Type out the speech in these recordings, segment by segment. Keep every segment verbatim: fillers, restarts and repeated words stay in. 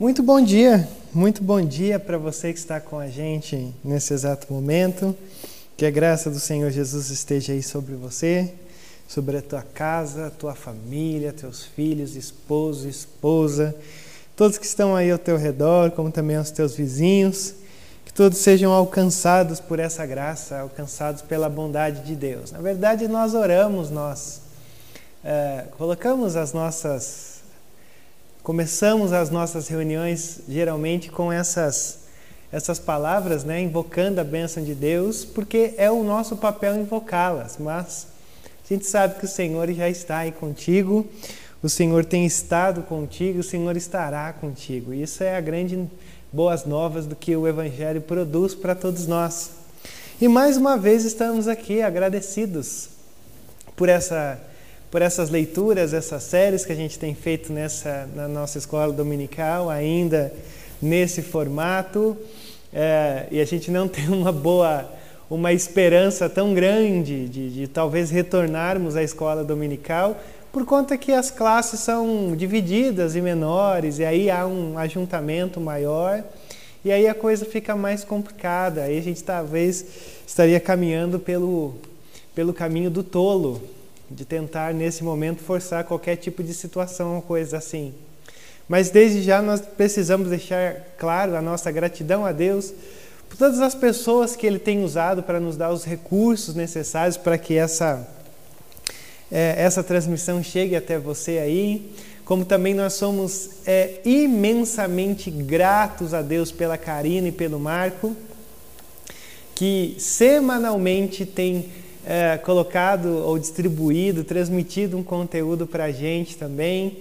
Muito bom dia, muito bom dia para você que está com a gente nesse exato momento. Que a graça do Senhor Jesus esteja aí sobre você, sobre a tua casa, a tua família, teus filhos, esposo, esposa, todos que estão aí ao teu redor, como também aos teus vizinhos, que todos sejam alcançados por essa graça, alcançados pela bondade de Deus. Na verdade, nós oramos, nós é, colocamos as nossas... Começamos as nossas reuniões geralmente com essas, essas palavras, né, invocando a bênção de Deus, porque é o nosso papel invocá-las, mas a gente sabe que o Senhor já está aí contigo, o Senhor tem estado contigo, o Senhor estará contigo. Isso é a grande boas novas do que o Evangelho produz para todos nós. E mais uma vez estamos aqui agradecidos por essa por essas leituras, essas séries que a gente tem feito nessa, na nossa escola dominical, ainda nesse formato, é, e a gente não tem uma boa, uma esperança tão grande de, de talvez retornarmos à escola dominical, por conta que as classes são divididas e menores, e aí há um ajuntamento maior, e aí a coisa fica mais complicada, aí a gente talvez estaria caminhando pelo, pelo caminho do tolo, de tentar, nesse momento, forçar qualquer tipo de situação ou coisa assim. Mas, desde já, nós precisamos deixar claro a nossa gratidão a Deus por todas as pessoas que Ele tem usado para nos dar os recursos necessários para que essa, é, essa transmissão chegue até você aí. Como também nós somos é, imensamente gratos a Deus pela Karina e pelo Marco, que semanalmente tem É, colocado ou distribuído, transmitido um conteúdo para a gente também,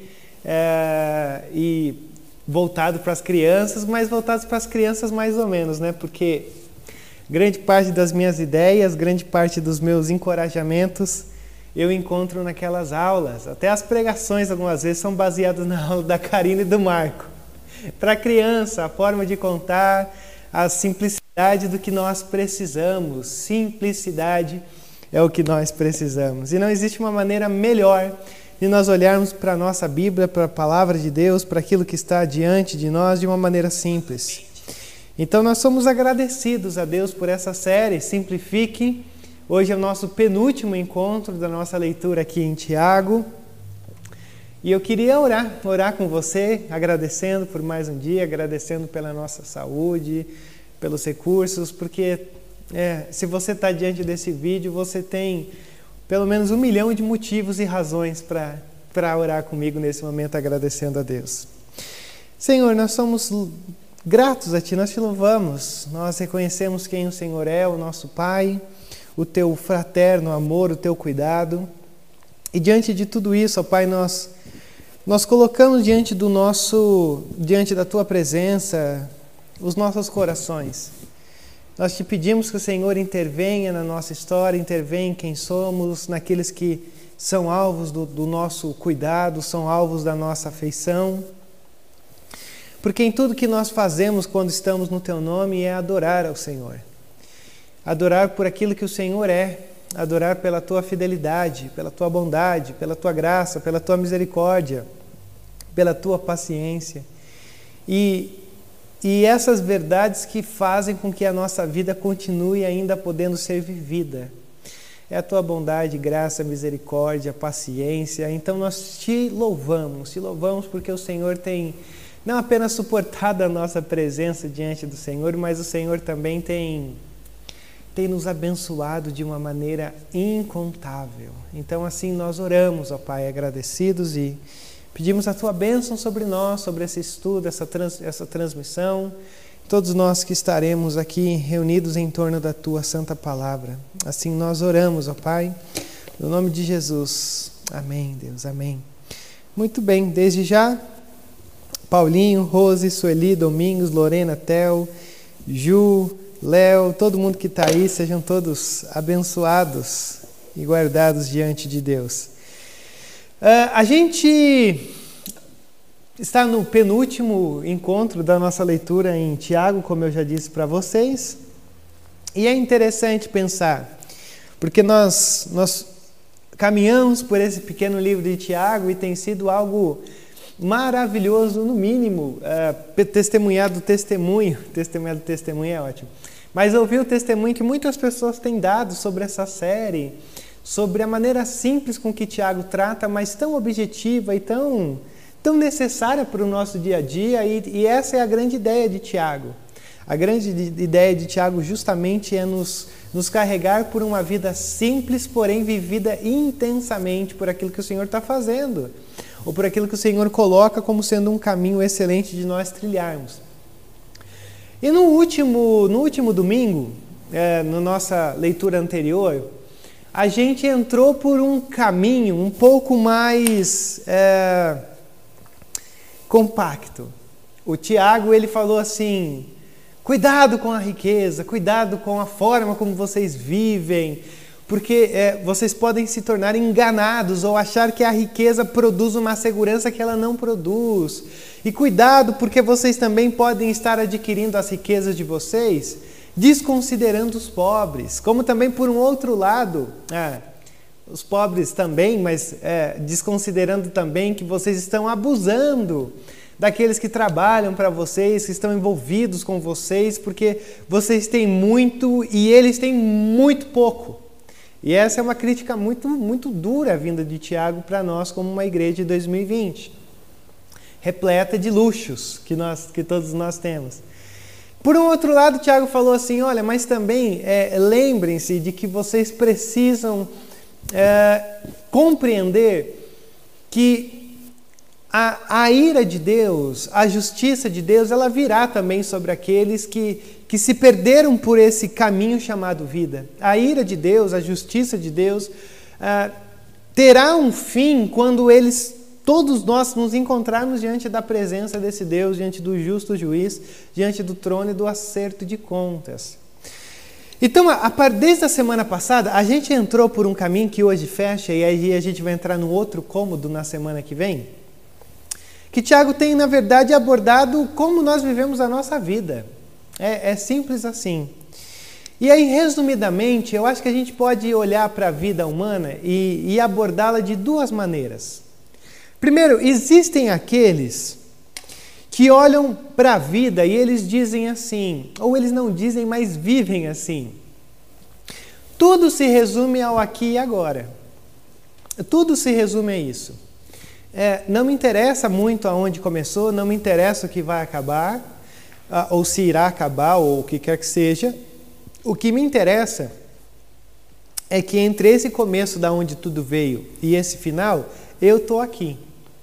é, e voltado para as crianças, mas voltado para as crianças mais ou menos, né? Porque grande parte das minhas ideias, grande parte dos meus encorajamentos eu encontro naquelas aulas. Até as pregações algumas vezes são baseadas na aula da Karina e do Marco. Para a criança, a forma de contar, a simplicidade do que nós precisamos, simplicidade é o que nós precisamos. E não existe uma maneira melhor de nós olharmos para a nossa Bíblia, para a Palavra de Deus, para aquilo que está diante de nós de uma maneira simples. Então nós somos agradecidos a Deus por essa série, Simplifique. Hoje é o nosso penúltimo encontro da nossa leitura aqui em Tiago. E eu queria orar, orar com você, agradecendo por mais um dia, agradecendo pela nossa saúde, pelos recursos, porque... É, se você está diante desse vídeo, você tem pelo menos um milhão de motivos e razões para para orar comigo nesse momento, agradecendo a Deus. Senhor, nós somos gratos a Ti, nós Te louvamos, nós reconhecemos quem o Senhor é, o nosso Pai, o Teu fraterno amor, o Teu cuidado. E diante de tudo isso, ó Pai, nós, nós colocamos diante do nosso, diante da Tua presença, os nossos corações. Nós te pedimos que o Senhor intervenha na nossa história, intervenha em quem somos, naqueles que são alvos do, do nosso cuidado, são alvos da nossa afeição. Porque em tudo que nós fazemos quando estamos no Teu nome é adorar ao Senhor. Adorar por aquilo que o Senhor é, adorar pela Tua fidelidade, pela Tua bondade, pela Tua graça, pela Tua misericórdia, pela Tua paciência. E E essas verdades que fazem com que a nossa vida continue ainda podendo ser vivida. É a Tua bondade, graça, misericórdia, paciência. Então nós Te louvamos, Te louvamos porque o Senhor tem não apenas suportado a nossa presença diante do Senhor, mas o Senhor também tem, tem nos abençoado de uma maneira incontável. Então assim nós oramos, ó Pai, agradecidos e pedimos a Tua bênção sobre nós, sobre esse estudo, essa, trans, essa transmissão, todos nós que estaremos aqui reunidos em torno da Tua Santa Palavra. Assim nós oramos, ó Pai, no nome de Jesus. Amém, Deus, amém. Muito bem, desde já, Paulinho, Rose, Sueli, Domingos, Lorena, Tel, Ju, Léo, todo mundo que está aí, sejam todos abençoados e guardados diante de Deus. Uh, a gente está no penúltimo encontro da nossa leitura em Tiago, como eu já disse para vocês, e é interessante pensar, porque nós, nós caminhamos por esse pequeno livro de Tiago e tem sido algo maravilhoso, no mínimo, é, testemunhar do testemunho, testemunhar do testemunho é ótimo, mas ouvir o testemunho que muitas pessoas têm dado sobre essa série, sobre a maneira simples com que Tiago trata, mas tão objetiva e tão, tão necessária para o nosso dia a dia, e, e essa é a grande ideia de Tiago. A grande ideia de Tiago justamente é nos, nos carregar por uma vida simples, porém vivida intensamente por aquilo que o Senhor está fazendo, ou por aquilo que o Senhor coloca como sendo um caminho excelente de nós trilharmos. E no último, no último domingo, é, na nossa leitura anterior, a gente entrou por um caminho um pouco mais é, compacto. O Tiago, ele falou assim: cuidado com a riqueza, cuidado com a forma como vocês vivem, porque é, vocês podem se tornar enganados ou achar que a riqueza produz uma segurança que ela não produz. E cuidado, porque vocês também podem estar adquirindo as riquezas de vocês, desconsiderando os pobres. Como também, por um outro lado, é, os pobres também, mas é, desconsiderando também que vocês estão abusando daqueles que trabalham para vocês, que estão envolvidos com vocês, porque vocês têm muito e eles têm muito pouco. E essa é uma crítica muito, muito dura vinda de Tiago para nós como uma igreja de dois mil e vinte, repleta de luxos que, nós, que todos nós temos. Por um outro lado, Tiago falou assim: olha, mas também é, lembrem-se de que vocês precisam é, compreender que A, a ira de Deus, a justiça de Deus, ela virá também sobre aqueles que, que se perderam por esse caminho chamado vida. A ira de Deus, a justiça de Deus, ah, terá um fim quando eles, todos nós, nos encontrarmos diante da presença desse Deus, diante do justo juiz, diante do trono e do acerto de contas. Então, a, a, desde a semana passada, a gente entrou por um caminho que hoje fecha, e aí a gente vai entrar no outro cômodo na semana que vem, que Tiago tem, na verdade, abordado como nós vivemos a nossa vida. É, é simples assim. E aí, resumidamente, eu acho que a gente pode olhar para a vida humana e, e abordá-la de duas maneiras. Primeiro, existem aqueles que olham para a vida e eles dizem assim, ou eles não dizem, mas vivem assim: tudo se resume ao aqui e agora. Tudo se resume a isso. É, não me interessa muito aonde começou, não me interessa o que vai acabar, uh, ou se irá acabar, ou o que quer que seja. O que me interessa é que entre esse começo da onde tudo veio e esse final, eu estou aqui.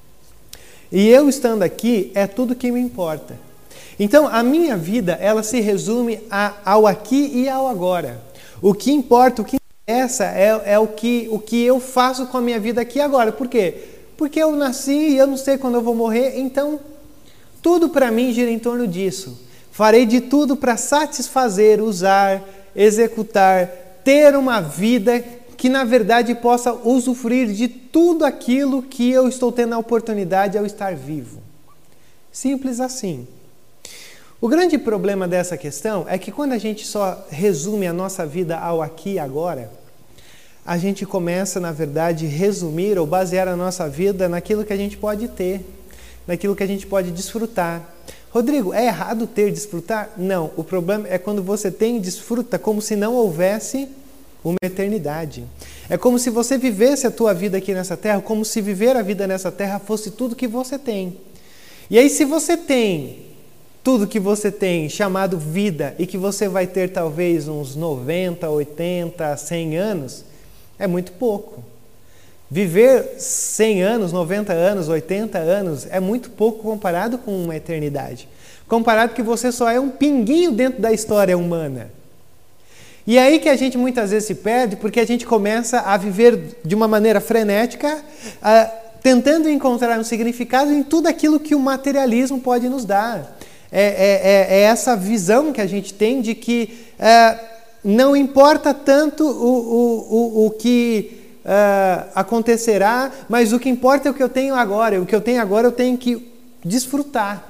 E eu estando aqui é tudo que me importa. Então, a minha vida, ela se resume a, ao aqui e ao agora. O que importa, o que interessa é, é o, que, o que eu faço com a minha vida aqui e agora. Por quê? Porque eu nasci e eu não sei quando eu vou morrer, então tudo para mim gira em torno disso. Farei de tudo para satisfazer, usar, executar, ter uma vida que na verdade possa usufruir de tudo aquilo que eu estou tendo a oportunidade ao estar vivo. Simples assim. O grande problema dessa questão é que quando a gente só resume a nossa vida ao aqui e agora, a gente começa, na verdade, resumir ou basear a nossa vida naquilo que a gente pode ter, naquilo que a gente pode desfrutar. Rodrigo, é errado ter desfrutar? Não, o problema é quando você tem e desfruta como se não houvesse uma eternidade. É como se você vivesse a tua vida aqui nessa terra, como se viver a vida nessa terra fosse tudo que você tem. E aí, se você tem tudo que você tem chamado vida e que você vai ter talvez uns noventa, oitenta, cem anos, é muito pouco. Viver cem anos, noventa anos, oitenta anos é muito pouco comparado com uma eternidade. Comparado que você só é um pinguinho dentro da história humana. E é aí que a gente muitas vezes se perde, porque a gente começa a viver de uma maneira frenética, uh, tentando encontrar um significado em tudo aquilo que o materialismo pode nos dar. É, é, é essa visão que a gente tem de que uh, não importa tanto o, o, o, o que uh, acontecerá, mas o que importa é o que eu tenho agora. O que eu tenho agora eu tenho que desfrutar.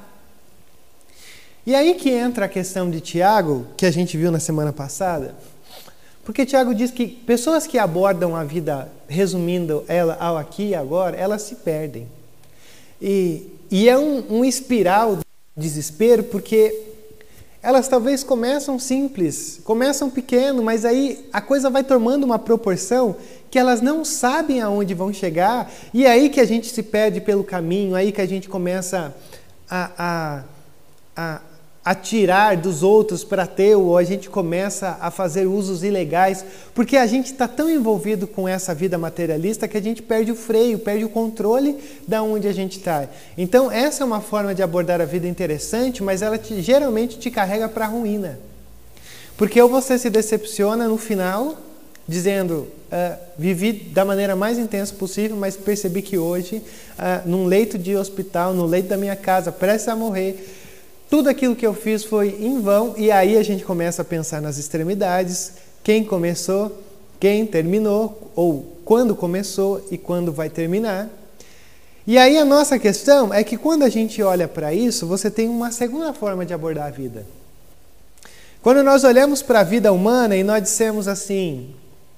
E aí que entra a questão de Tiago, que a gente viu na semana passada, porque Tiago diz que pessoas que abordam a vida resumindo ela ao aqui e agora, elas se perdem. E e é um, um espiral de desespero, porque elas talvez começam simples, começam pequeno, mas aí a coisa vai tomando uma proporção que elas não sabem aonde vão chegar, e é aí que a gente se perde pelo caminho, aí que a gente começa a, a, a, a tirar dos outros para ter, ou a gente começa a fazer usos ilegais, porque a gente está tão envolvido com essa vida materialista que a gente perde o freio, perde o controle da onde a gente está. Então essa é uma forma de abordar a vida interessante, mas ela te, geralmente te carrega para a ruína. Porque ou você se decepciona no final, dizendo, uh, vivi da maneira mais intensa possível, mas percebi que hoje, uh, num leito de hospital, no leito da minha casa, prestes a morrer, tudo aquilo que eu fiz foi em vão, e aí a gente começa a pensar nas extremidades, quem começou, quem terminou, ou quando começou e quando vai terminar. E aí a nossa questão é que quando a gente olha para isso, você tem uma segunda forma de abordar a vida. Quando nós olhamos para a vida humana e nós dissemos assim,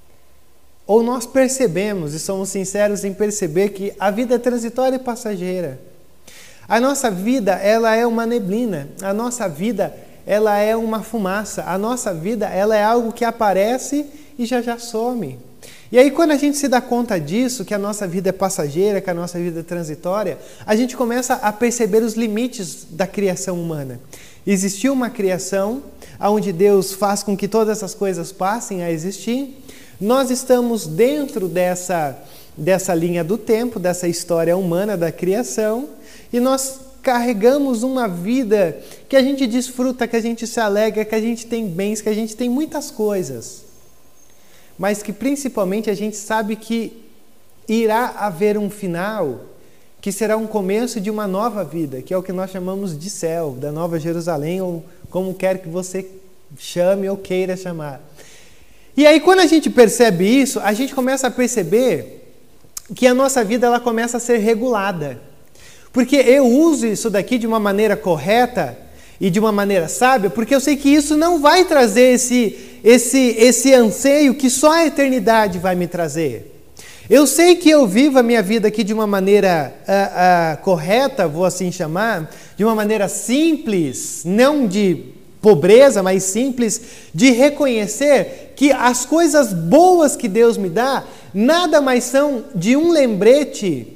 ou nós percebemos e somos sinceros em perceber que a vida é transitória e passageira. A nossa vida, ela é uma neblina. A nossa vida, ela é uma fumaça. A nossa vida, ela é algo que aparece e já já some. E aí quando a gente se dá conta disso, que a nossa vida é passageira, que a nossa vida é transitória, a gente começa a perceber os limites da criação humana. Existiu uma criação onde Deus faz com que todas essas coisas passem a existir. Nós estamos dentro dessa, dessa linha do tempo, dessa história humana da criação, e nós carregamos uma vida que a gente desfruta, que a gente se alegra, que a gente tem bens, que a gente tem muitas coisas, mas que principalmente a gente sabe que irá haver um final, que será um começo de uma nova vida, que é o que nós chamamos de céu, da Nova Jerusalém, ou como quer que você chame ou queira chamar. E aí quando a gente percebe isso, a gente começa a perceber que a nossa vida ela começa a ser regulada. Porque eu uso isso daqui de uma maneira correta e de uma maneira sábia, porque eu sei que isso não vai trazer esse, esse, esse anseio que só a eternidade vai me trazer. Eu sei que eu vivo a minha vida aqui de uma maneira uh, uh, correta, vou assim chamar, de uma maneira simples, não de pobreza, mas simples, de reconhecer que as coisas boas que Deus me dá, nada mais são de um lembrete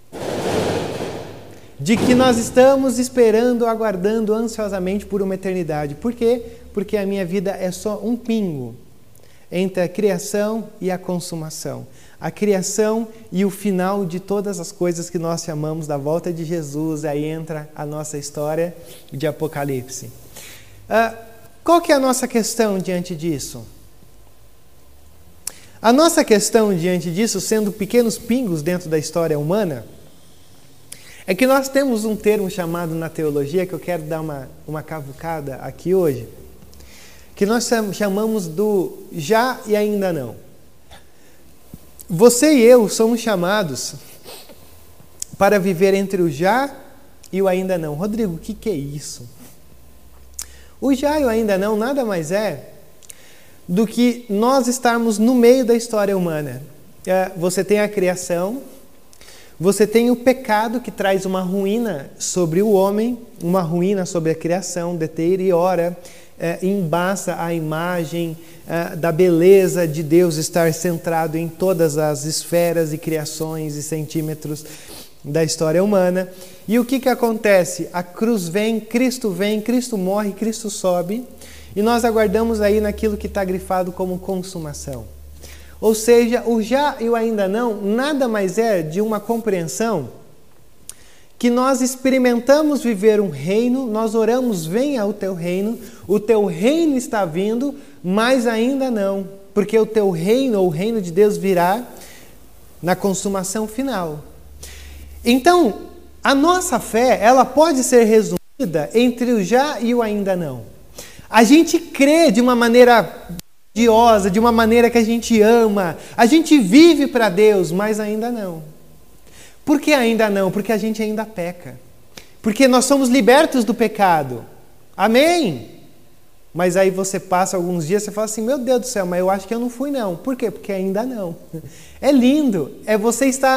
de que nós estamos esperando, aguardando ansiosamente por uma eternidade. Por quê? Porque a minha vida é só um pingo entre a criação e a consumação. A criação e o final de todas as coisas que nós chamamos da volta de Jesus, aí entra a nossa história de Apocalipse. Ah, qual que é a nossa questão diante disso? A nossa questão diante disso, sendo pequenos pingos dentro da história humana, é que nós temos um termo chamado na teologia, que eu quero dar uma, uma cavucada aqui hoje, que nós chamamos do já e ainda não. Você e eu somos chamados para viver entre o já e o ainda não. Rodrigo, o que, que é isso? O já e o ainda não nada mais é do que nós estarmos no meio da história humana. Você tem a criação, você tem o pecado que traz uma ruína sobre o homem, uma ruína sobre a criação, deteriora, é, embaça a imagem é, da beleza de Deus estar centrado em todas as esferas e criações e centímetros da história humana. E o que, que acontece? A cruz vem, Cristo vem, Cristo morre, Cristo sobe, e nós aguardamos aí naquilo que está grifado como consumação. Ou seja, o já e o ainda não, nada mais é de uma compreensão que nós experimentamos viver um reino, nós oramos, venha o teu reino, o teu reino está vindo, mas ainda não, porque o teu reino, ou o reino de Deus virá na consumação final. Então, a nossa fé, ela pode ser resumida entre o já e o ainda não. A gente crê de uma maneira grandiosa, de uma maneira que a gente ama, a gente vive para Deus, mas ainda não. Por que ainda não? Porque a gente ainda peca. Porque nós somos libertos do pecado. Amém? Mas aí você passa alguns dias e você fala assim, meu Deus do céu, mas eu acho que eu não fui não. Por quê? Porque ainda não. É lindo, é você estar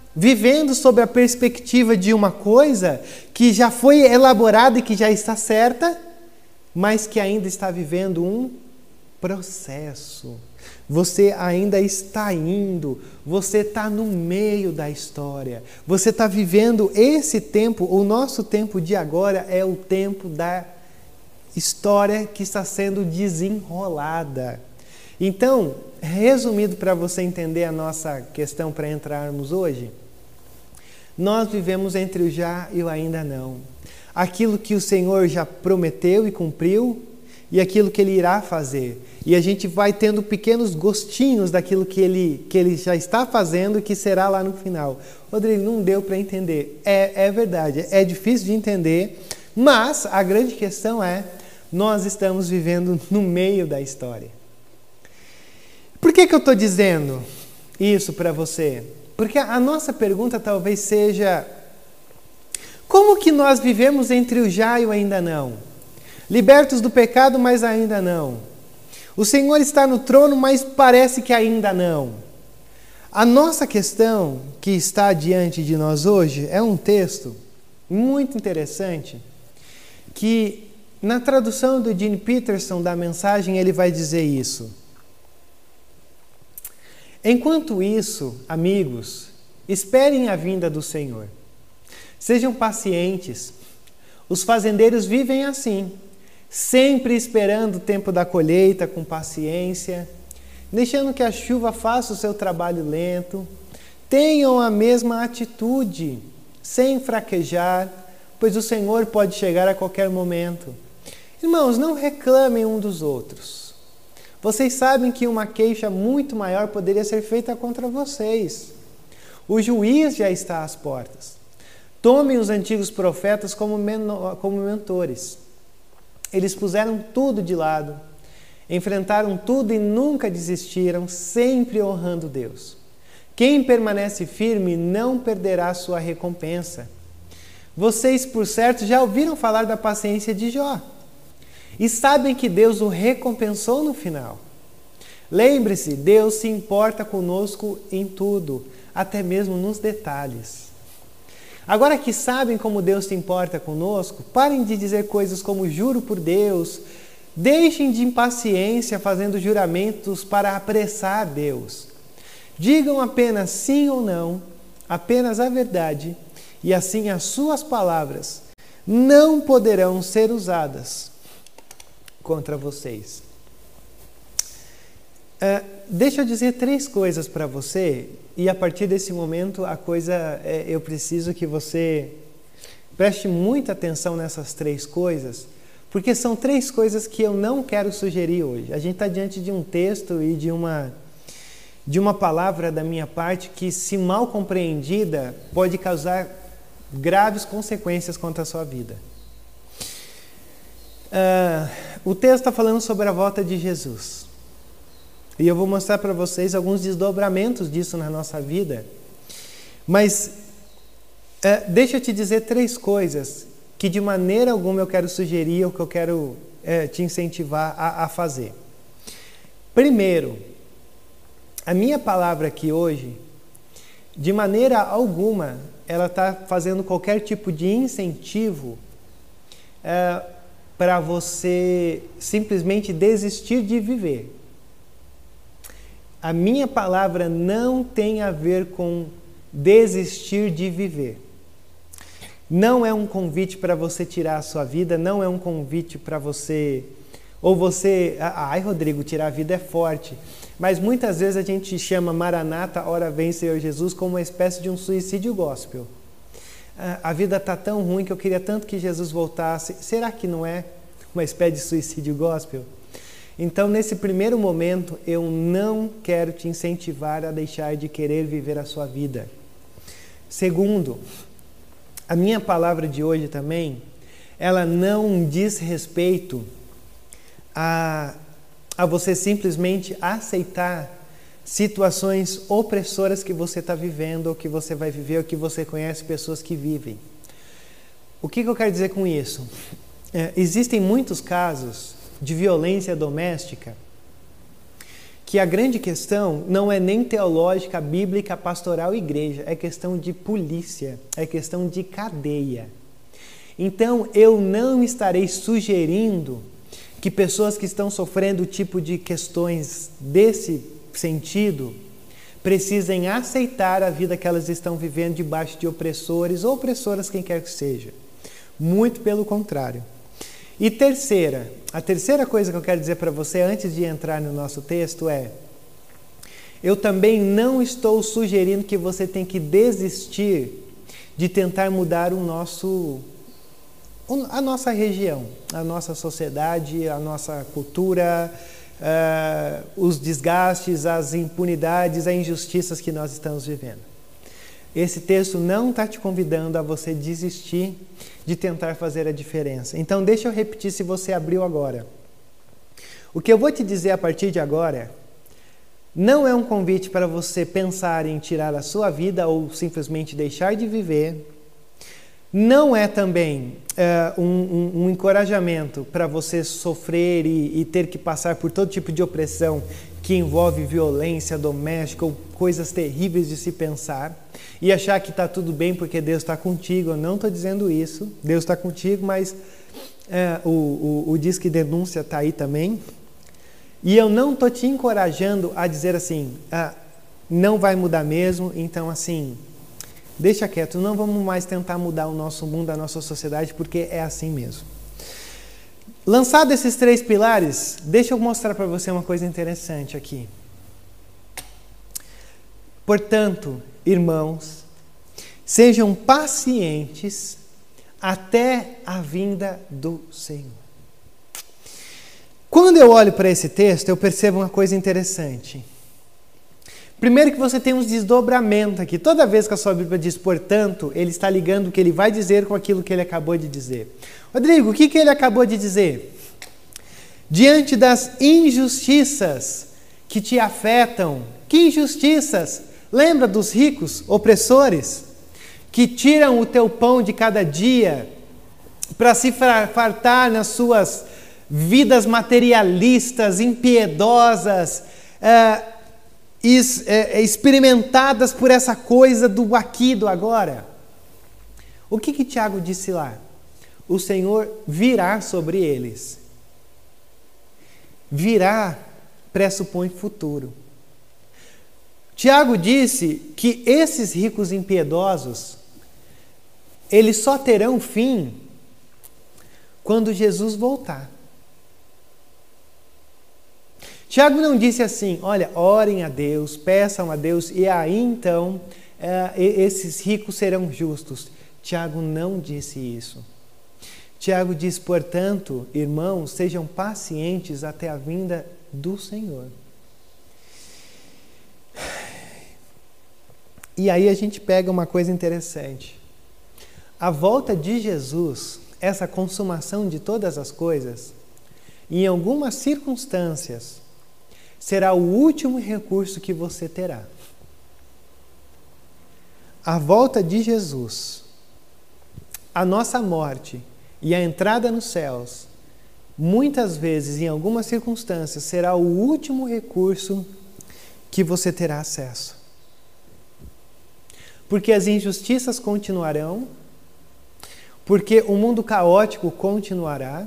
vivendo sob a perspectiva de uma coisa que já foi elaborada e que já está certa, mas que ainda está vivendo um processo. Você ainda está indo, você está no meio da história, você está vivendo esse tempo. O nosso tempo de agora é o tempo da história que está sendo desenrolada. Então, resumido para você entender a nossa questão para entrarmos hoje, nós vivemos entre o já e o ainda não. Aquilo que o Senhor já prometeu e cumpriu e aquilo que Ele irá fazer. E a gente vai tendo pequenos gostinhos daquilo que Ele, que ele já está fazendo e que será lá no final. Rodrigo, não deu para entender. É, é verdade, é difícil de entender, mas a grande questão é, nós estamos vivendo no meio da história. Por que que eu estou dizendo isso para você? Porque a nossa pergunta talvez seja: como que nós vivemos entre o já e o ainda não? Libertos do pecado, mas ainda não. O Senhor está no trono, mas parece que ainda não. A nossa questão que está diante de nós hoje é um texto muito interessante que, na tradução do Gene Peterson da mensagem, ele vai dizer isso. Enquanto isso, amigos, esperem a vinda do Senhor. Sejam pacientes. Os fazendeiros vivem assim, sempre esperando o tempo da colheita com paciência, deixando que a chuva faça o seu trabalho lento. Tenham a mesma atitude, sem fraquejar, pois o Senhor pode chegar a qualquer momento. Irmãos, não reclamem um dos outros. Vocês sabem que uma queixa muito maior poderia ser feita contra vocês. O juiz já está às portas. Tomem os antigos profetas como, menor, como mentores. Eles puseram tudo de lado, enfrentaram tudo e nunca desistiram, sempre honrando Deus. Quem permanece firme não perderá sua recompensa. Vocês, por certo, já ouviram falar da paciência de Jó. E sabem que Deus o recompensou no final. Lembre-se, Deus se importa conosco em tudo, até mesmo nos detalhes. Agora que sabem como Deus se importa conosco, parem de dizer coisas como juro por Deus. Deixem de impaciência fazendo juramentos para apressar Deus. Digam apenas sim ou não, apenas a verdade, e assim as suas palavras não poderão ser usadas contra vocês. Uh, deixa eu dizer três coisas para você, e a partir desse momento a coisa, é, eu preciso que você preste muita atenção nessas três coisas, porque são três coisas que eu não quero sugerir hoje. A gente está diante de um texto e de uma, de uma palavra da minha parte que, se mal compreendida, pode causar graves consequências contra a sua vida. Uh, o texto está falando sobre a volta de Jesus. E eu vou mostrar para vocês alguns desdobramentos disso na nossa vida. Mas uh, deixa eu te dizer três coisas que de maneira alguma eu quero sugerir ou que eu quero uh, te incentivar a, a fazer. Primeiro, a minha palavra aqui hoje, de maneira alguma, ela está fazendo qualquer tipo de incentivo uh, para você simplesmente desistir de viver. A minha palavra não tem a ver com desistir de viver. Não é um convite para você tirar a sua vida, não é um convite para você... Ou você... Ai, Rodrigo, tirar a vida é forte. Mas muitas vezes a gente chama Maranata, ora vem Senhor Jesus, como uma espécie de um suicídio gospel. A vida está tão ruim que eu queria tanto que Jesus voltasse. Será que não é uma espécie de suicídio gospel? Então, nesse primeiro momento, eu não quero te incentivar a deixar de querer viver a sua vida. Segundo, a minha palavra de hoje também, ela não diz respeito a, a você simplesmente aceitar situações opressoras que você está vivendo, ou que você vai viver, ou que você conhece pessoas que vivem. O que, que eu quero dizer com isso? É, existem muitos casos de violência doméstica que a grande questão não é nem teológica, bíblica, pastoral, igreja, é questão de polícia, é questão de cadeia. Então, eu não estarei sugerindo que pessoas que estão sofrendo tipo de questões desse sentido precisem aceitar a vida que elas estão vivendo debaixo de opressores ou opressoras, quem quer que seja. Muito pelo contrário. E terceira, a terceira coisa que eu quero dizer para você antes de entrar no nosso texto é: eu também não estou sugerindo que você tem que desistir de tentar mudar o nosso, a nossa região, a nossa sociedade, a nossa cultura, uh, os desgastes, as impunidades, as injustiças que nós estamos vivendo. Esse texto não está te convidando a você desistir de tentar fazer a diferença. Então, deixa eu repetir se você abriu agora. O que eu vou te dizer a partir de agora não é um convite para você pensar em tirar a sua vida ou simplesmente deixar de viver. Não é também uh, um, um, um encorajamento para você sofrer e, e ter que passar por todo tipo de opressão que envolve violência doméstica ou coisas terríveis de se pensar e achar que está tudo bem porque Deus está contigo. Eu não estou dizendo isso. Deus está contigo, mas é, o, o, o Disque Denúncia está aí também. E eu não estou te encorajando a dizer assim, ah, não vai mudar mesmo, então assim, deixa quieto, não vamos mais tentar mudar o nosso mundo, a nossa sociedade, porque é assim mesmo. Lançado esses três pilares, deixa eu mostrar para você uma coisa interessante aqui. Portanto, irmãos, sejam pacientes até a vinda do Senhor. Quando eu olho para esse texto, eu percebo uma coisa interessante. Primeiro que você tem uns desdobramentos aqui. Toda vez que a sua Bíblia diz, portanto, ele está ligando o que ele vai dizer com aquilo que ele acabou de dizer. Rodrigo, o que, que ele acabou de dizer? Diante das injustiças que te afetam, que injustiças? Lembra dos ricos opressores que tiram o teu pão de cada dia para se fartar nas suas vidas materialistas, impiedosas, é, es, é, experimentadas por essa coisa do aqui, do agora? O que que Tiago disse lá? O Senhor virá sobre eles. Virá pressupõe futuro. Tiago disse que esses ricos impiedosos, eles só terão fim quando Jesus voltar. Tiago não disse assim, olha, orem a Deus, peçam a Deus, e aí então é, esses ricos serão justos. Tiago não disse isso. Tiago diz, portanto, irmãos, sejam pacientes até a vinda do Senhor. E aí a gente pega uma coisa interessante. A volta de Jesus, essa consumação de todas as coisas, em algumas circunstâncias, será o último recurso que você terá. A volta de Jesus, a nossa morte e a entrada nos céus, muitas vezes, em algumas circunstâncias, será o último recurso que você terá acesso. Porque as injustiças continuarão, porque o mundo caótico continuará,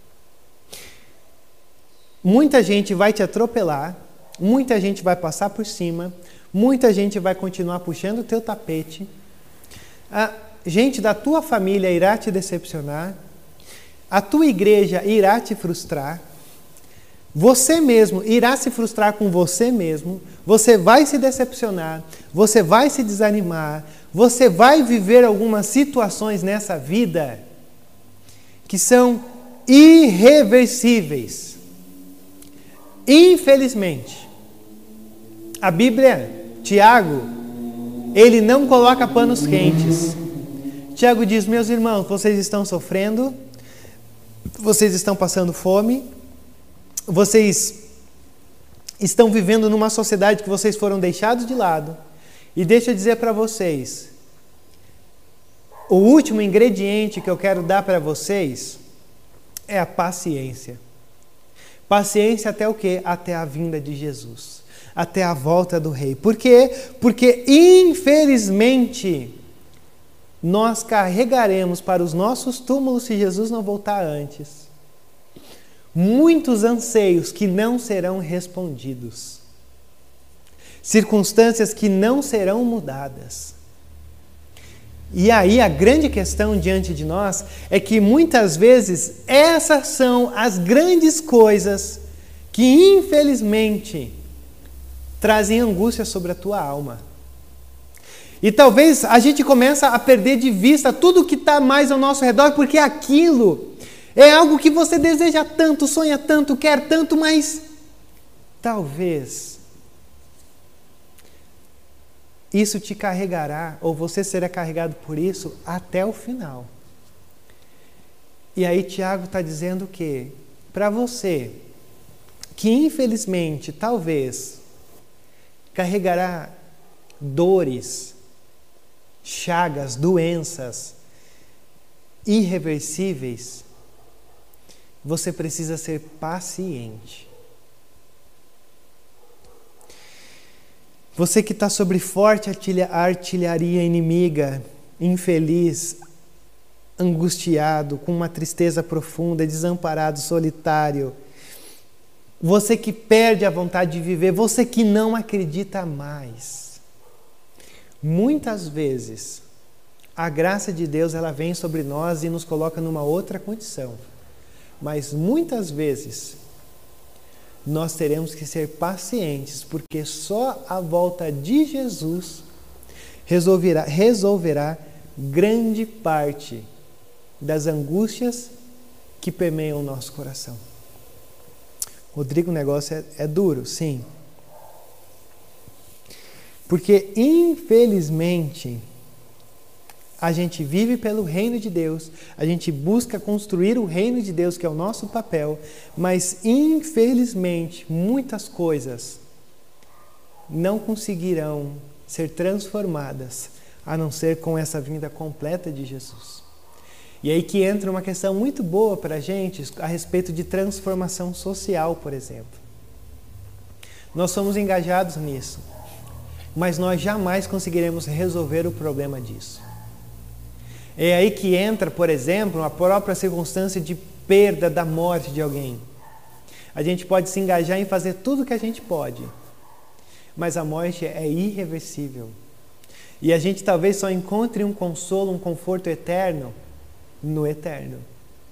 muita gente vai te atropelar, muita gente vai passar por cima, muita gente vai continuar puxando o teu tapete, a gente da tua família irá te decepcionar, a tua igreja irá te frustrar, você mesmo irá se frustrar com você mesmo, você vai se decepcionar, você vai se desanimar, você vai viver algumas situações nessa vida que são irreversíveis. Infelizmente, a Bíblia, Tiago, ele não coloca panos quentes. Tiago diz, meus irmãos, vocês estão sofrendo, vocês estão passando fome, vocês estão vivendo numa sociedade que vocês foram deixados de lado. E deixa eu dizer para vocês, o último ingrediente que eu quero dar para vocês é a paciência. Paciência até o quê? Até a vinda de Jesus. Até a volta do Rei. Por quê? Porque, infelizmente, nós carregaremos para os nossos túmulos, se Jesus não voltar antes, muitos anseios que não serão respondidos. Circunstâncias que não serão mudadas. E aí a grande questão diante de nós é que muitas vezes essas são as grandes coisas que infelizmente trazem angústia sobre a tua alma. E talvez a gente comece a perder de vista tudo que está mais ao nosso redor, porque aquilo é algo que você deseja tanto, sonha tanto, quer tanto, mas talvez isso te carregará, ou você será carregado por isso até o final. E aí Tiago está dizendo que, para você, que infelizmente, talvez, carregará dores, chagas, doenças irreversíveis, você precisa ser paciente. Você que está sobre forte artilharia inimiga, infeliz, angustiado, com uma tristeza profunda, desamparado, solitário. Você que perde a vontade de viver, você que não acredita mais. Muitas vezes, a graça de Deus ela vem sobre nós e nos coloca numa outra condição. Mas muitas vezes, nós teremos que ser pacientes, porque só a volta de Jesus resolverá, resolverá grande parte das angústias que permeiam o nosso coração. Rodrigo, o negócio é, é duro, sim. Porque, infelizmente, a gente vive pelo reino de Deus, a gente busca construir o reino de Deus, que é o nosso papel, mas, infelizmente, muitas coisas não conseguirão ser transformadas, a não ser com essa vinda completa de Jesus. E aí que entra uma questão muito boa para a gente a respeito de transformação social, por exemplo. Nós somos engajados nisso, mas nós jamais conseguiremos resolver o problema disso. É aí que entra, por exemplo, a própria circunstância de perda da morte de alguém. A gente pode se engajar em fazer tudo o que a gente pode, mas a morte é irreversível. E a gente talvez só encontre um consolo, um conforto eterno no eterno.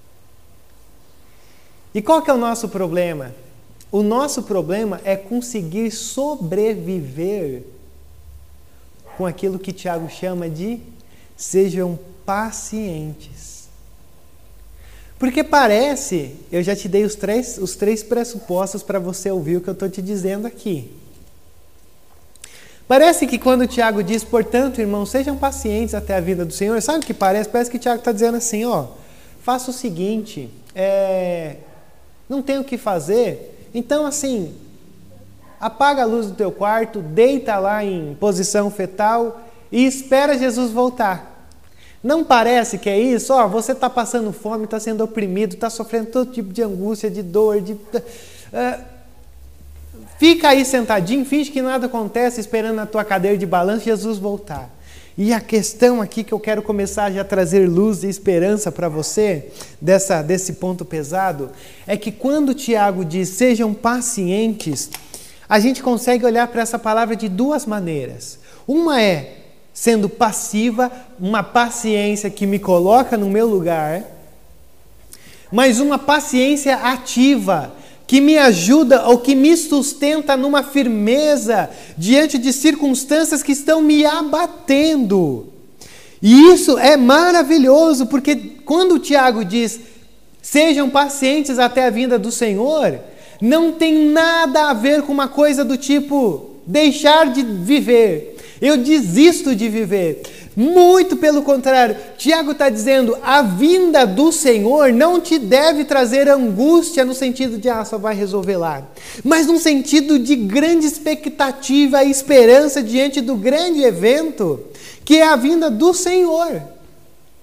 E qual que é o nosso problema? O nosso problema é conseguir sobreviver com aquilo que Tiago chama de sejam pacientes. Porque parece, eu já te dei os três, os três pressupostos para você ouvir o que eu estou te dizendo aqui. Parece que quando o Tiago diz, portanto, irmãos, sejam pacientes até a vinda do Senhor, sabe o que parece? Parece que o Tiago está dizendo assim, ó, faça o seguinte, é, não tem o que fazer, então assim, apaga a luz do teu quarto, deita lá em posição fetal e espera Jesus voltar. Não parece que é isso? Ó, você está passando fome, está sendo oprimido, está sofrendo todo tipo de angústia, de dor, de... Uh, fica aí sentadinho, finge que nada acontece, esperando na tua cadeira de balanço Jesus voltar. E a questão aqui que eu quero começar já a trazer luz e esperança para você, dessa, desse ponto pesado, é que quando o Tiago diz, sejam pacientes, a gente consegue olhar para essa palavra de duas maneiras. Uma é sendo passiva, uma paciência que me coloca no meu lugar, mas uma paciência ativa, que me ajuda ou que me sustenta numa firmeza diante de circunstâncias que estão me abatendo. E isso é maravilhoso, porque quando o Tiago diz, sejam pacientes até a vinda do Senhor, não tem nada a ver com uma coisa do tipo, deixar de viver. Eu desisto de viver. Muito pelo contrário, Tiago está dizendo, a vinda do Senhor não te deve trazer angústia no sentido de, ah, só vai resolver lá. Mas num sentido de grande expectativa e esperança diante do grande evento, que é a vinda do Senhor.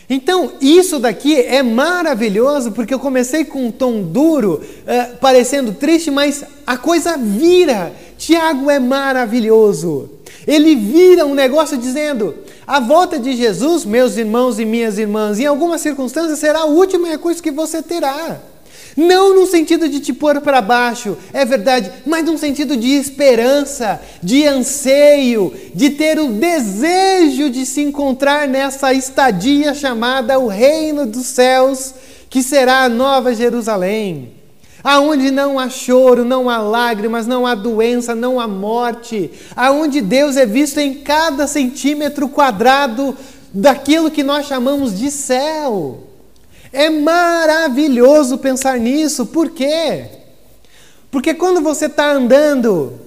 Então, isso daqui é maravilhoso, porque eu comecei com um tom duro, uh, parecendo triste, mas a coisa vira. Tiago é maravilhoso. Ele vira um negócio dizendo, a volta de Jesus, meus irmãos e minhas irmãs, em algumas circunstâncias será o último recurso que você terá. Não no sentido de te pôr para baixo, é verdade, mas num sentido de esperança, de anseio, de ter o desejo de se encontrar nessa estadia chamada o reino dos céus, que será a nova Jerusalém, aonde não há choro, não há lágrimas, não há doença, não há morte, aonde Deus é visto em cada centímetro quadrado daquilo que nós chamamos de céu. É maravilhoso pensar nisso. Por quê? Porque quando você está andando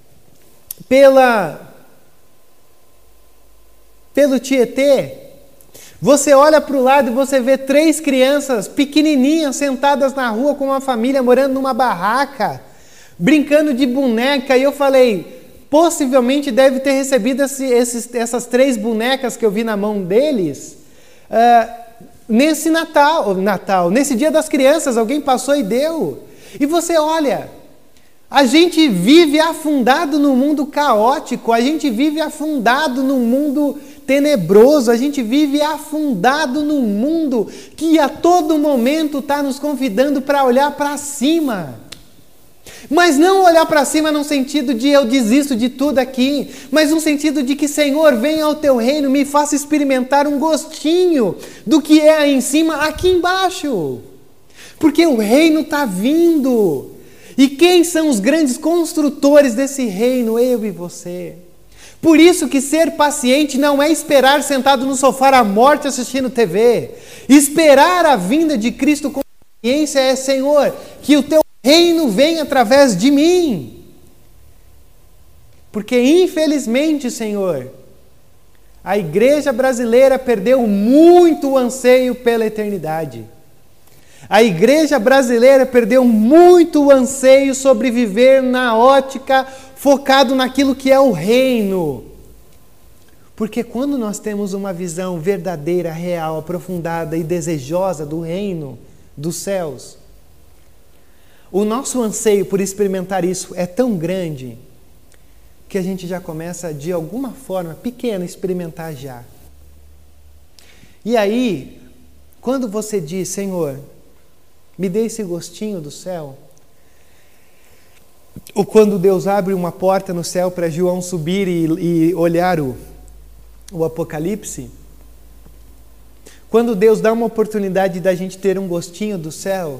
pela, pelo Tietê, você olha para o lado e você vê três crianças pequenininhas sentadas na rua com uma família morando numa barraca, brincando de boneca. E eu falei, possivelmente deve ter recebido esse, esses, essas três bonecas que eu vi na mão deles, uh, Nesse Natal, Natal, nesse Dia das Crianças, alguém passou e deu. E você olha, a gente vive afundado no mundo caótico, a gente vive afundado no mundo tenebroso, a gente vive afundado no mundo que a todo momento está nos convidando para olhar para cima. Mas não olhar para cima no sentido de eu desisto de tudo aqui, mas no sentido de que, Senhor, venha ao teu reino, me faça experimentar um gostinho do que é aí em cima, aqui embaixo. Porque o reino está vindo. E quem são os grandes construtores desse reino? Eu e você. Por isso que ser paciente não é esperar sentado no sofá à morte assistindo T V. Esperar a vinda de Cristo com paciência é, Senhor, que o teu reino vem através de mim. Porque infelizmente, Senhor, a igreja brasileira perdeu muito o anseio pela eternidade. A igreja brasileira perdeu muito o anseio sobre viver na ótica focado naquilo que é o reino. Porque quando nós temos uma visão verdadeira, real, aprofundada e desejosa do reino dos céus, o nosso anseio por experimentar isso é tão grande que a gente já começa, de alguma forma pequena, a experimentar já. E aí, quando você diz, Senhor, me dê esse gostinho do céu, ou quando Deus abre uma porta no céu para João subir e, e olhar o, o Apocalipse, quando Deus dá uma oportunidade da gente ter um gostinho do céu,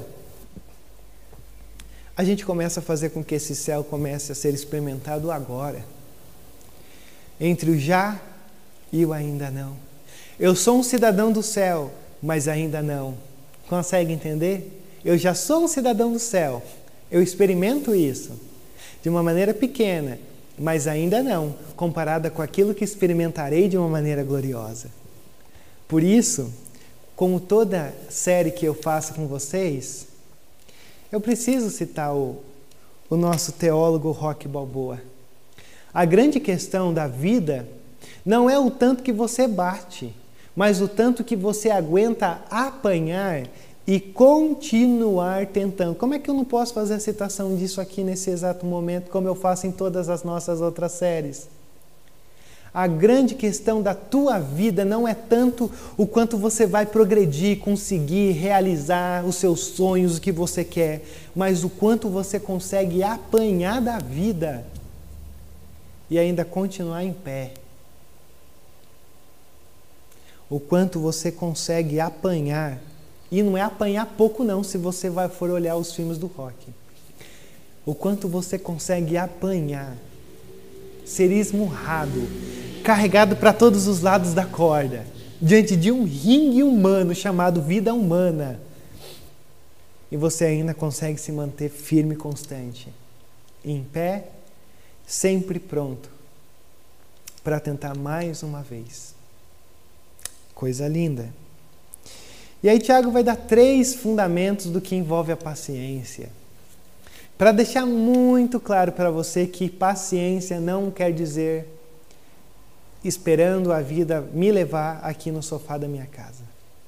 a gente começa a fazer com que esse céu comece a ser experimentado agora. Entre o já e o ainda não. Eu sou um cidadão do céu, mas ainda não. Consegue entender? Eu já sou um cidadão do céu. Eu experimento isso de uma maneira pequena, mas ainda não, comparada com aquilo que experimentarei de uma maneira gloriosa. Por isso, como toda série que eu faço com vocês, eu preciso citar o, o nosso teólogo Roque Balboa. A grande questão da vida não é o tanto que você bate, mas o tanto que você aguenta apanhar e continuar tentando. Como é que eu não posso fazer a citação disso aqui nesse exato momento, como eu faço em todas as nossas outras séries? A grande questão da tua vida não é tanto o quanto você vai progredir, conseguir realizar os seus sonhos, o que você quer, mas o quanto você consegue apanhar da vida e ainda continuar em pé. O quanto você consegue apanhar, e não é apanhar pouco não, se você vai for olhar os filmes do Rock. O quanto você consegue apanhar, ser esmurrado, carregado para todos os lados da corda, diante de um ringue humano chamado vida humana. E você ainda consegue se manter firme e constante, em pé, sempre pronto para tentar mais uma vez. Coisa linda. E aí Tiago vai dar três fundamentos do que envolve a paciência. Para deixar muito claro para você que paciência não quer dizer esperando a vida me levar aqui no sofá da minha casa.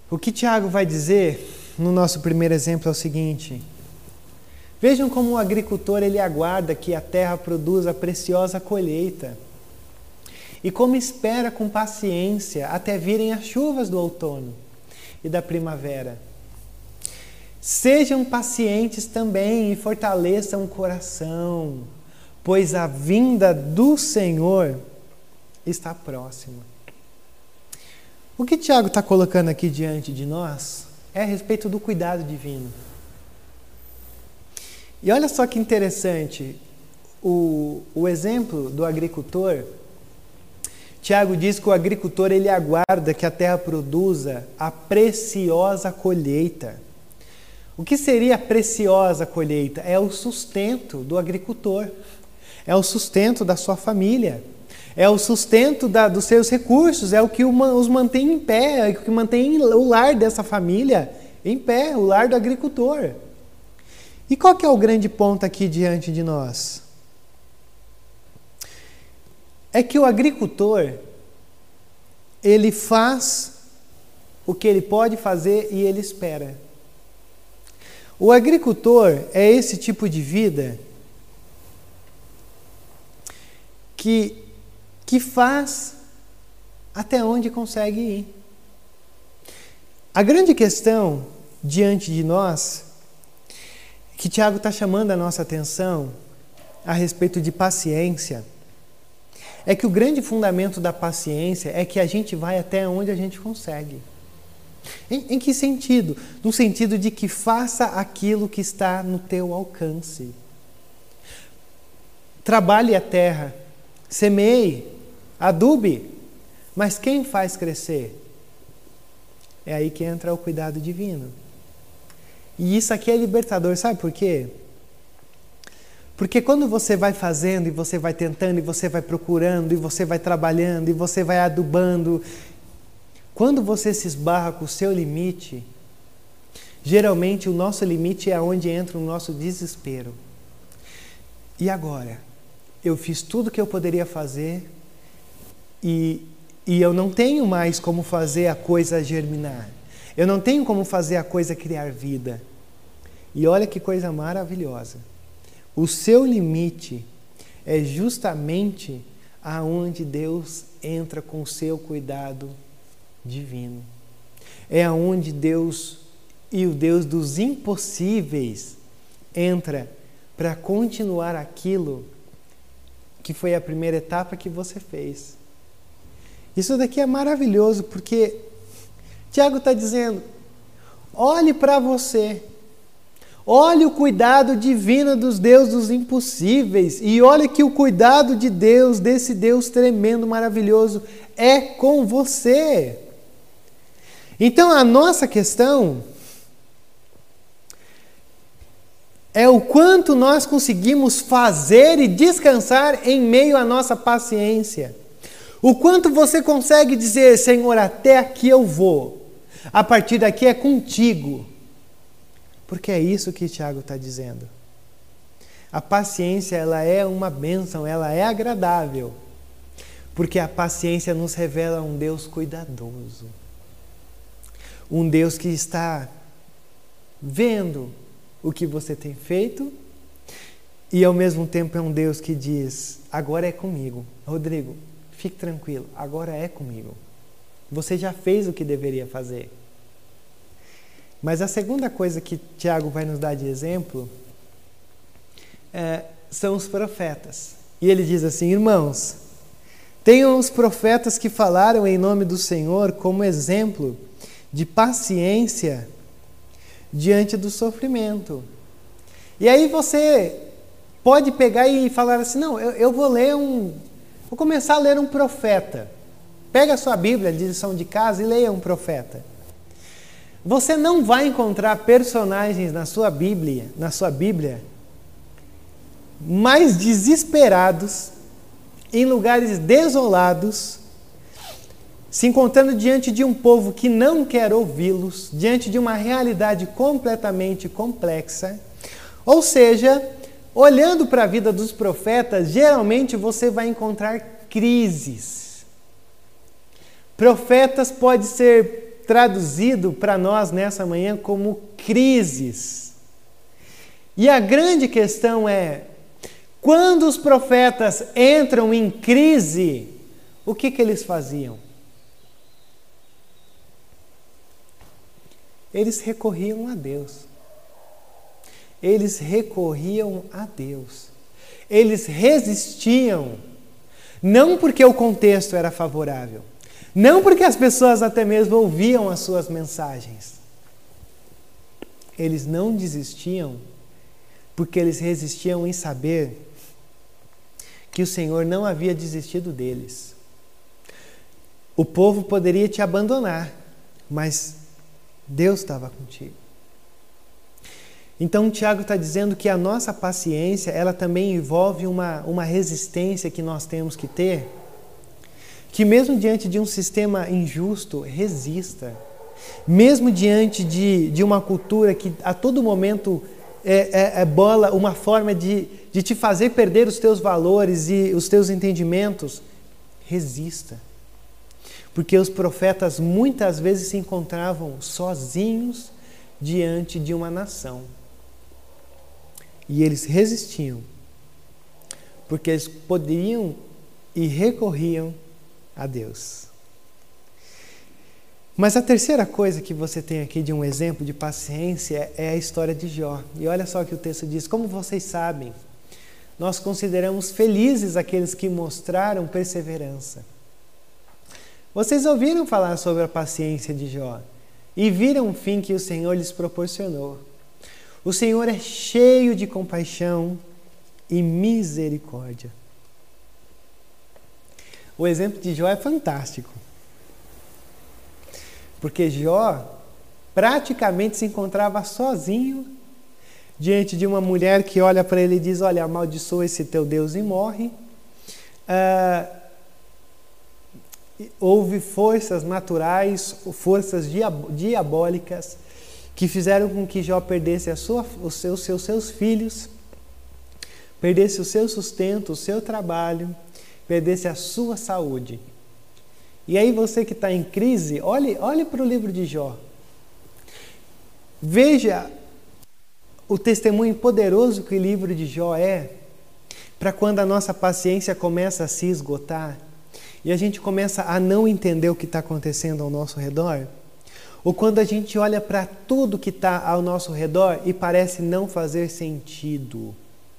O que Tiago vai dizer no nosso primeiro exemplo é o seguinte: vejam como o agricultor ele aguarda que a terra produza a preciosa colheita e como espera com paciência até virem as chuvas do outono e da primavera. Sejam pacientes também e fortaleçam o coração, pois a vinda do Senhor está próxima. O que Tiago está colocando aqui diante de nós é a respeito do cuidado divino. E olha só que interessante, o, o exemplo do agricultor, Tiago diz que o agricultor ele aguarda que a terra produza a preciosa colheita. O que seria a preciosa colheita? É o sustento do agricultor, é o sustento da sua família, é o sustento da, dos seus recursos, é o que os mantém em pé, é o que mantém o lar dessa família em pé, o lar do agricultor. E qual que é o grande ponto aqui diante de nós? É que o agricultor, ele faz o que ele pode fazer e ele espera. O agricultor é esse tipo de vida que, que faz até onde consegue ir. A grande questão diante de nós, que Tiago está chamando a nossa atenção a respeito de paciência, é que o grande fundamento da paciência é que a gente vai até onde a gente consegue. Em, em que sentido? No sentido de que faça aquilo que está no teu alcance. Trabalhe a terra, semeie, adube, mas quem faz crescer? É aí que entra o cuidado divino. E isso aqui é libertador, sabe por quê? Porque quando você vai fazendo, e você vai tentando, e você vai procurando, e você vai trabalhando, e você vai adubando, quando você se esbarra com o seu limite, geralmente o nosso limite é onde entra o nosso desespero. E agora? Eu fiz tudo o que eu poderia fazer e, e eu não tenho mais como fazer a coisa germinar. Eu não tenho como fazer a coisa criar vida. E olha que coisa maravilhosa. O seu limite é justamente aonde Deus entra com o seu cuidado divino. É aonde Deus e o Deus dos impossíveis entra para continuar aquilo que foi a primeira etapa que você fez. Isso daqui é maravilhoso porque Tiago está dizendo, olhe para você, olhe o cuidado divino dos deuses dos impossíveis e olhe que o cuidado de Deus, desse Deus tremendo, maravilhoso, é com você. Então a nossa questão é o quanto nós conseguimos fazer e descansar em meio à nossa paciência. O quanto você consegue dizer, Senhor, até aqui eu vou. A partir daqui é contigo. Porque é isso que Tiago está dizendo. A paciência, ela é uma bênção, ela é agradável. Porque a paciência nos revela um Deus cuidadoso. Um Deus que está vendo o que você tem feito e ao mesmo tempo é um Deus que diz, agora é comigo. Rodrigo, fique tranquilo, agora é comigo. Você já fez o que deveria fazer. Mas a segunda coisa que Tiago vai nos dar de exemplo é, são os profetas. E ele diz assim, irmãos, tenham os profetas que falaram em nome do Senhor como exemplo de paciência diante do sofrimento. E aí você pode pegar e falar assim, não, eu, eu vou ler um, vou começar a ler um profeta. Pega a sua Bíblia de lição de casa e leia um profeta. Você não vai encontrar personagens na sua Bíblia, na sua Bíblia, mais desesperados, em lugares desolados, se encontrando diante de um povo que não quer ouvi-los, diante de uma realidade completamente complexa. Ou seja, olhando para a vida dos profetas, geralmente você vai encontrar crises. Profetas pode ser traduzido para nós nessa manhã como crises. E a grande questão é, quando os profetas entram em crise, o que que eles faziam? Eles recorriam a Deus. Eles recorriam a Deus. Eles resistiam, não porque o contexto era favorável, não porque as pessoas até mesmo ouviam as suas mensagens. Eles não desistiam porque eles resistiam em saber que o Senhor não havia desistido deles. O povo poderia te abandonar, mas Deus estava contigo. Então, Tiago está dizendo que a nossa paciência, ela também envolve uma, uma resistência que nós temos que ter, que mesmo diante de um sistema injusto, resista. Mesmo diante de, de uma cultura que a todo momento é, é, é bola uma forma de, de te fazer perder os teus valores e os teus entendimentos, resista. Porque os profetas muitas vezes se encontravam sozinhos diante de uma nação. E eles resistiam, porque eles poderiam e recorriam a Deus. Mas a terceira coisa que você tem aqui de um exemplo de paciência é a história de Jó. E olha só o que o texto diz: como vocês sabem, nós consideramos felizes aqueles que mostraram perseverança. Vocês ouviram falar sobre a paciência de Jó e viram o fim que o Senhor lhes proporcionou. O Senhor é cheio de compaixão e misericórdia. O exemplo de Jó é fantástico. Porque Jó praticamente se encontrava sozinho diante de uma mulher que olha para ele e diz: olha, amaldiçoa esse teu Deus e morre. Ah, houve forças naturais, forças diabólicas que fizeram com que Jó perdesse a sua, os seus, seus, seus filhos, perdesse o seu sustento, o seu trabalho, perdesse a sua saúde. E aí você que está em crise, olhe, olhe para o livro de Jó. Veja o testemunho poderoso que o livro de Jó é, para quando a nossa paciência começa a se esgotar e a gente começa a não entender o que está acontecendo ao nosso redor, ou quando a gente olha para tudo que está ao nosso redor e parece não fazer sentido.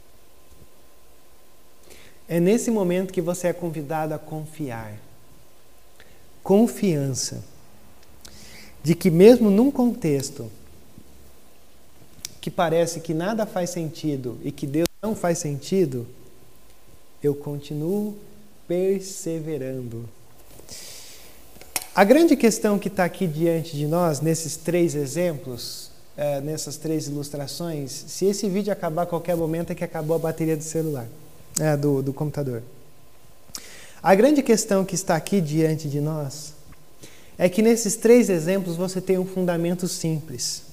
É nesse momento que você é convidado a confiar. Confiança de que mesmo num contexto que parece que nada faz sentido e que Deus não faz sentido, eu continuo perseverando. A grande questão que está aqui diante de nós, nesses três exemplos, é, nessas três ilustrações, se esse vídeo acabar a qualquer momento, é que acabou a bateria do celular, é, do, do computador. A grande questão que está aqui diante de nós é que nesses três exemplos você tem um fundamento simples.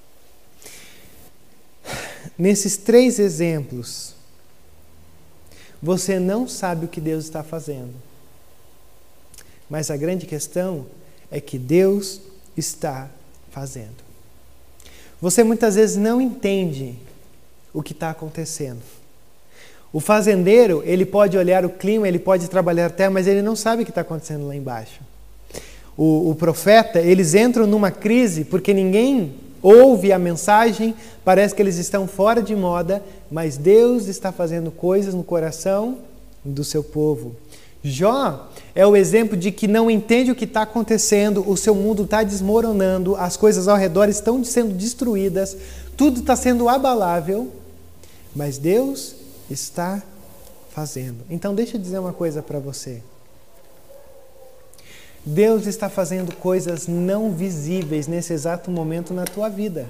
Nesses três exemplos, você não sabe o que Deus está fazendo. Mas a grande questão é que Deus está fazendo. Você muitas vezes não entende o que está acontecendo. O fazendeiro, ele pode olhar o clima, ele pode trabalhar a terra, mas ele não sabe o que está acontecendo lá embaixo. O, o profeta, eles entram numa crise porque ninguém ouve a mensagem, parece que eles estão fora de moda, mas Deus está fazendo coisas no coração do seu povo. Jó é o exemplo de que não entende o que está acontecendo, o seu mundo está desmoronando, as coisas ao redor estão sendo destruídas, tudo está sendo abalável, mas Deus está fazendo. Então deixa eu dizer uma coisa para você. Deus está fazendo coisas não visíveis nesse exato momento na tua vida.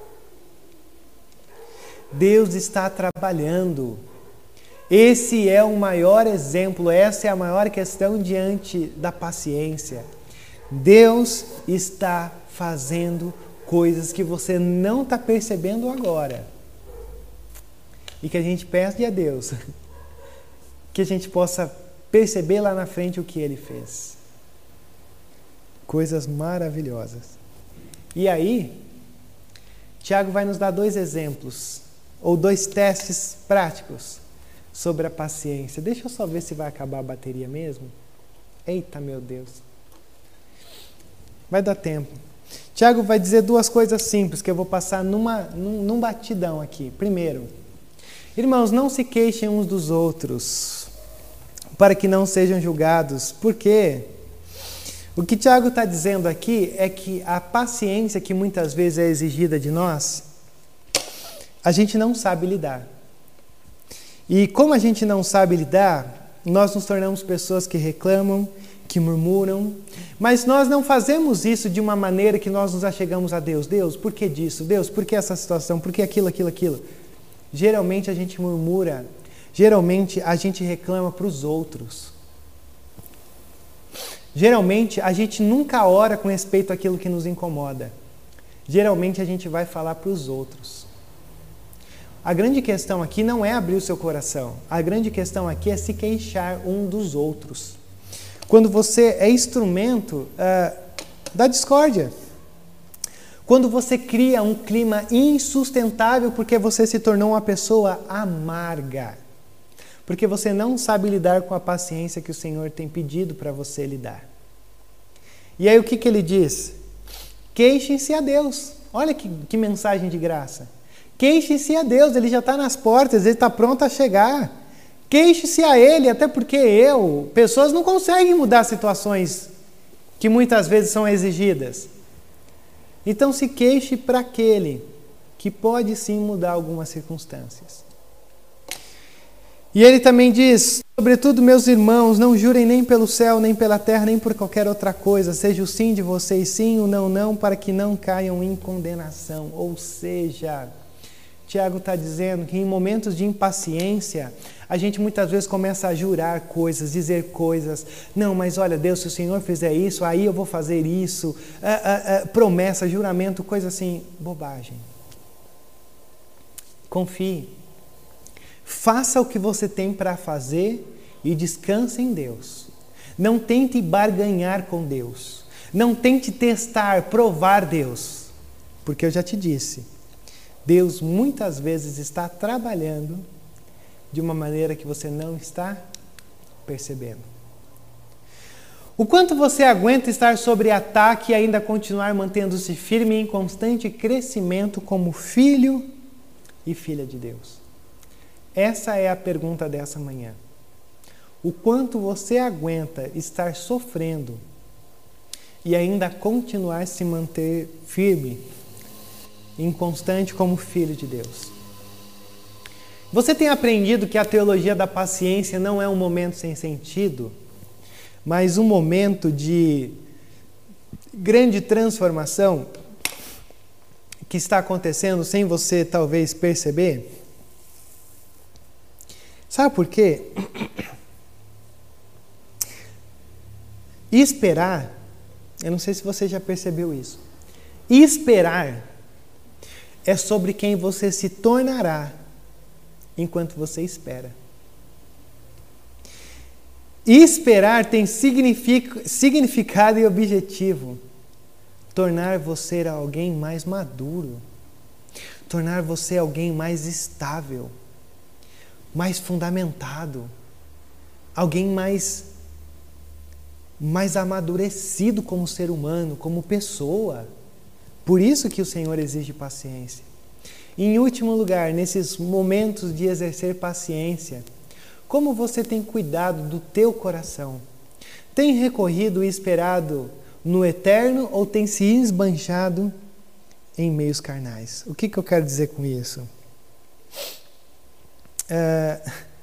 Deus está trabalhando. Esse é o maior exemplo, essa é a maior questão diante da paciência. Deus está fazendo coisas que você não está percebendo agora. E que a gente pede a Deus que a gente possa perceber lá na frente o que Ele fez. Coisas maravilhosas. E aí, Tiago vai nos dar dois exemplos, ou dois testes práticos sobre a paciência. Deixa eu só ver se vai acabar a bateria mesmo. Eita, meu Deus. Vai dar tempo. Tiago vai dizer duas coisas simples que eu vou passar numa, num, num batidão aqui. Primeiro, irmãos, não se queixem uns dos outros, para que não sejam julgados. Por quê? O que Tiago está dizendo aqui é que a paciência que muitas vezes é exigida de nós, a gente não sabe lidar. E como a gente não sabe lidar, nós nos tornamos pessoas que reclamam, que murmuram, mas nós não fazemos isso de uma maneira que nós nos achegamos a Deus. Deus, por que disso? Deus, por que essa situação? Por que aquilo, aquilo, aquilo? Geralmente a gente murmura, geralmente a gente reclama para os outros. Geralmente a gente nunca ora com respeito àquilo que nos incomoda. Geralmente a gente vai falar para os outros. A grande questão aqui não é abrir o seu coração. A grande questão aqui é se queixar um dos outros. Quando você é instrumento uh, da discórdia. Quando você cria um clima insustentável porque você se tornou uma pessoa amarga. Porque você não sabe lidar com a paciência que o Senhor tem pedido para você lidar. E aí o que, que ele diz? Queixem-se a Deus. Olha que, que mensagem de graça. Queixe-se a Deus, Ele já está nas portas, Ele está pronto a chegar. Queixe-se a Ele, até porque eu, pessoas não conseguem mudar situações que muitas vezes são exigidas. Então se queixe para aquele que pode sim mudar algumas circunstâncias. E ele também diz, sobretudo meus irmãos, não jurem nem pelo céu, nem pela terra, nem por qualquer outra coisa, seja o sim de vocês sim, o não não, para que não caiam em condenação. Ou seja, Tiago está dizendo que em momentos de impaciência, a gente muitas vezes começa a jurar coisas, dizer coisas. Não, mas olha, Deus, se o Senhor fizer isso, aí eu vou fazer isso. Ah, ah, ah, promessa, juramento, coisa assim, bobagem. Confie. Faça o que você tem para fazer e descanse em Deus. Não tente barganhar com Deus. Não tente testar, provar Deus. Porque eu já te disse, Deus muitas vezes está trabalhando de uma maneira que você não está percebendo. O quanto você aguenta estar sob ataque e ainda continuar mantendo-se firme em constante crescimento como filho e filha de Deus? Essa é a pergunta dessa manhã. O quanto você aguenta estar sofrendo e ainda continuar se manter firme, inconstante como filho de Deus? Você tem aprendido que a teologia da paciência não é um momento sem sentido, mas um momento de grande transformação que está acontecendo sem você talvez perceber? Sabe por quê? Esperar, eu não sei se você já percebeu isso, esperar é sobre quem você se tornará enquanto você espera. Esperar tem significado e objetivo. Tornar você alguém mais maduro. Tornar você alguém mais estável. Mais fundamentado. Alguém mais, mais amadurecido como ser humano, como pessoa. Por isso que o Senhor exige paciência. E, em último lugar, nesses momentos de exercer paciência, como você tem cuidado do teu coração? Tem recorrido e esperado no eterno ou tem se esbanjado em meios carnais? O que, que eu quero dizer com isso? É,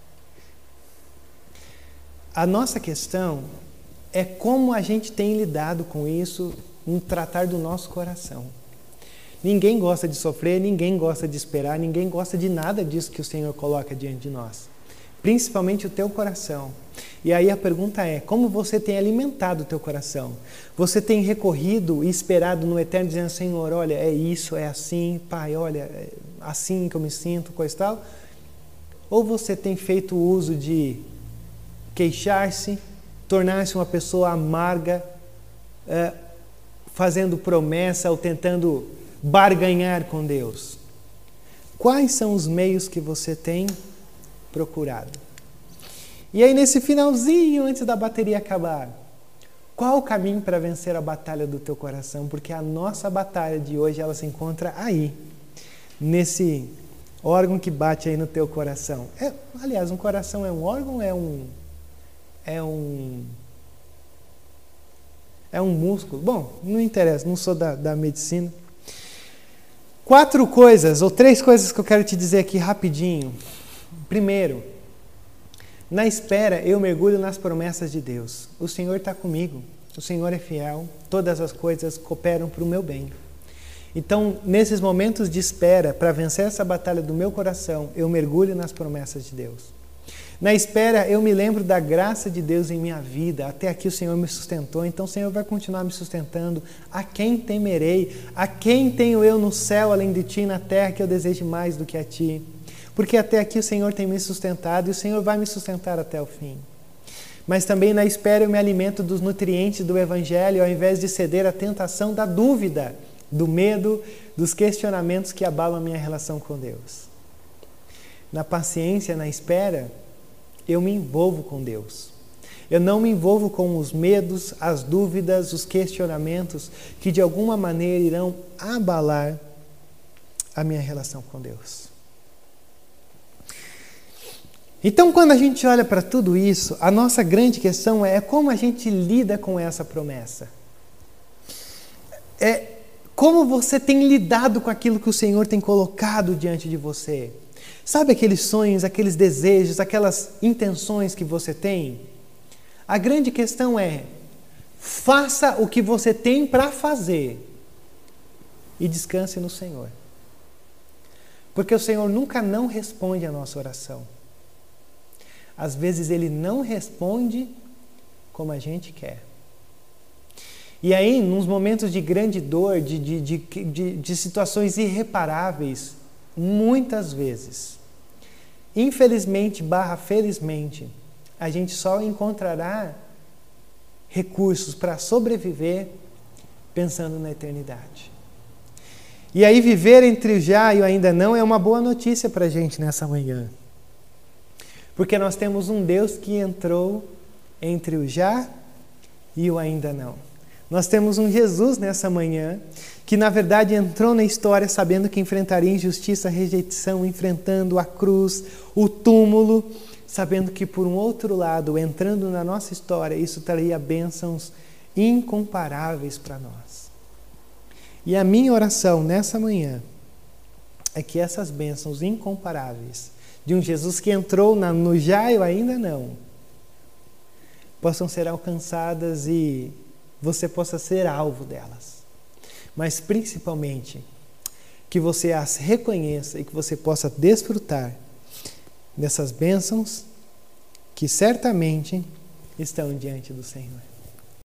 a nossa questão é como a gente tem lidado com isso no tratar do nosso coração. Ninguém gosta de sofrer, ninguém gosta de esperar, ninguém gosta de nada disso que o Senhor coloca diante de nós. Principalmente o teu coração. E aí a pergunta é, como você tem alimentado o teu coração? Você tem recorrido e esperado no eterno dizendo, Senhor, olha, é isso, é assim, Pai, olha, é assim que eu me sinto, coisa e tal? Ou você tem feito uso de queixar-se, tornar-se uma pessoa amarga, é, fazendo promessa ou tentando barganhar com Deus? Quais são os meios que você tem procurado? E aí nesse finalzinho, antes da bateria acabar, qual o caminho para vencer a batalha do teu coração? Porque a nossa batalha de hoje, ela se encontra aí, nesse órgão que bate aí no teu coração. É, aliás, um coração é um órgão, é um... É um... É um músculo. Bom, não interessa, não sou da, da medicina. Quatro coisas, ou três coisas que eu quero te dizer aqui rapidinho. Primeiro, na espera eu mergulho nas promessas de Deus. O Senhor está comigo, o Senhor é fiel, todas as coisas cooperam para o meu bem. Então, nesses momentos de espera, para vencer essa batalha do meu coração, eu mergulho nas promessas de Deus. Na espera, eu me lembro da graça de Deus em minha vida. Até aqui o Senhor me sustentou, então o Senhor vai continuar me sustentando. A quem temerei? A quem tenho eu no céu, além de ti, na terra, que eu deseje mais do que a ti? Porque até aqui o Senhor tem me sustentado e o Senhor vai me sustentar até o fim. Mas também na espera eu me alimento dos nutrientes do Evangelho, ao invés de ceder à tentação da dúvida, do medo, dos questionamentos que abalam a minha relação com Deus. Na paciência, na espera, eu me envolvo com Deus. Eu não me envolvo com os medos, as dúvidas, os questionamentos que de alguma maneira irão abalar a minha relação com Deus. Então, quando a gente olha para tudo isso, a nossa grande questão é como a gente lida com essa promessa. É como você tem lidado com aquilo que o Senhor tem colocado diante de você. Sabe aqueles sonhos, aqueles desejos, aquelas intenções que você tem? A grande questão é, faça o que você tem para fazer e descanse no Senhor. Porque o Senhor nunca não responde a nossa oração. Às vezes Ele não responde como a gente quer. E aí, nos momentos de grande dor, de, de, de, de, de situações irreparáveis, muitas vezes, infelizmente barra felizmente, a gente só encontrará recursos para sobreviver pensando na eternidade. E aí viver entre o já e o ainda não é uma boa notícia para a gente nessa manhã. Porque nós temos um Deus que entrou entre o já e o ainda não. Nós temos um Jesus nessa manhã que na verdade entrou na história sabendo que enfrentaria injustiça, rejeição, enfrentando a cruz, o túmulo, sabendo que por um outro lado, entrando na nossa história, isso traria bênçãos incomparáveis para nós. E a minha oração nessa manhã é que essas bênçãos incomparáveis de um Jesus que entrou na, no já e o ainda não, possam ser alcançadas e você possa ser alvo delas. Mas principalmente, que você as reconheça e que você possa desfrutar dessas bênçãos que certamente estão diante do Senhor.